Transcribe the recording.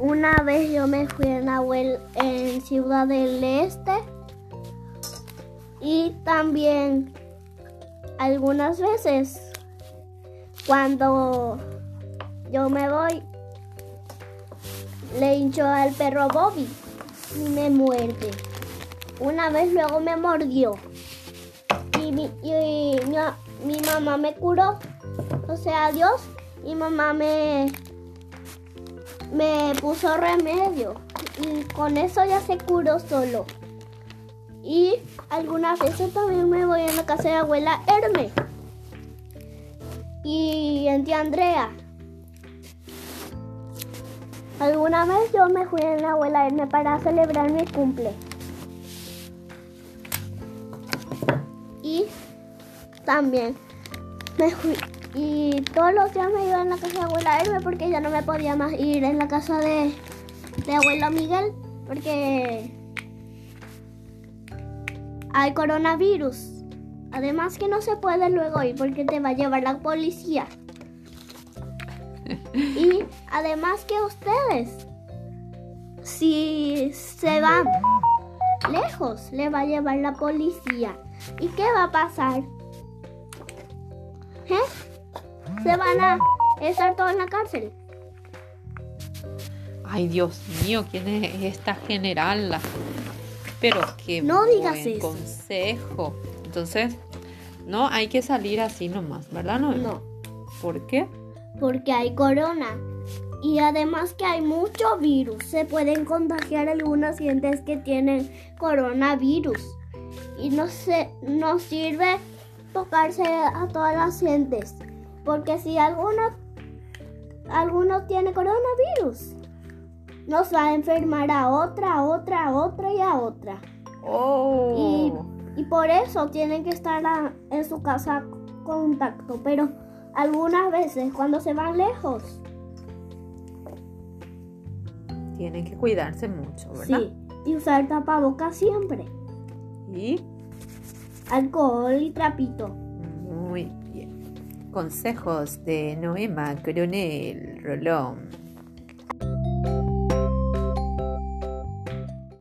Una vez yo me fui en Ciudad del Este y también algunas veces cuando yo me voy le hincho al perro Bobby y me muerde. Una vez luego me mordió y mi mamá me curó. O sea, Dios, mi mamá me puso remedio y con eso ya se curó solo. Y algunas veces también me voy a la casa de abuela Herme y en tía Andrea. Alguna vez yo me fui a la abuela Herme para celebrar mi cumple. Y también me fui. Y todos los días me iba en la casa de abuela Herme porque ya no me podía más ir en la casa de abuelo Miguel porque hay coronavirus. Además que no se puede luego ir porque te va a llevar la policía. Y además que ustedes, si se van lejos, le va a llevar la policía. ¿Y qué va a pasar? Se van a estar todos en la cárcel. Ay, Dios mío, ¿quién es esta general? Pero qué no digas buen eso. consejo. Entonces, no hay que salir así nomás, ¿verdad? No. ¿Por qué? Porque hay corona. Y además que hay mucho virus. Se pueden contagiar algunas gentes que tienen coronavirus. Y no sirve tocarse a todas las gentes. Porque si alguno tiene coronavirus, nos va a enfermar a otra y a otra. Oh. Y por eso tienen que estar en su casa contacto. Pero algunas veces cuando se van lejos, tienen que cuidarse mucho, ¿verdad? Sí, y usar tapabocas siempre. Y alcohol y trapito. Muy bien. Consejos de Noema Coronel Rolón.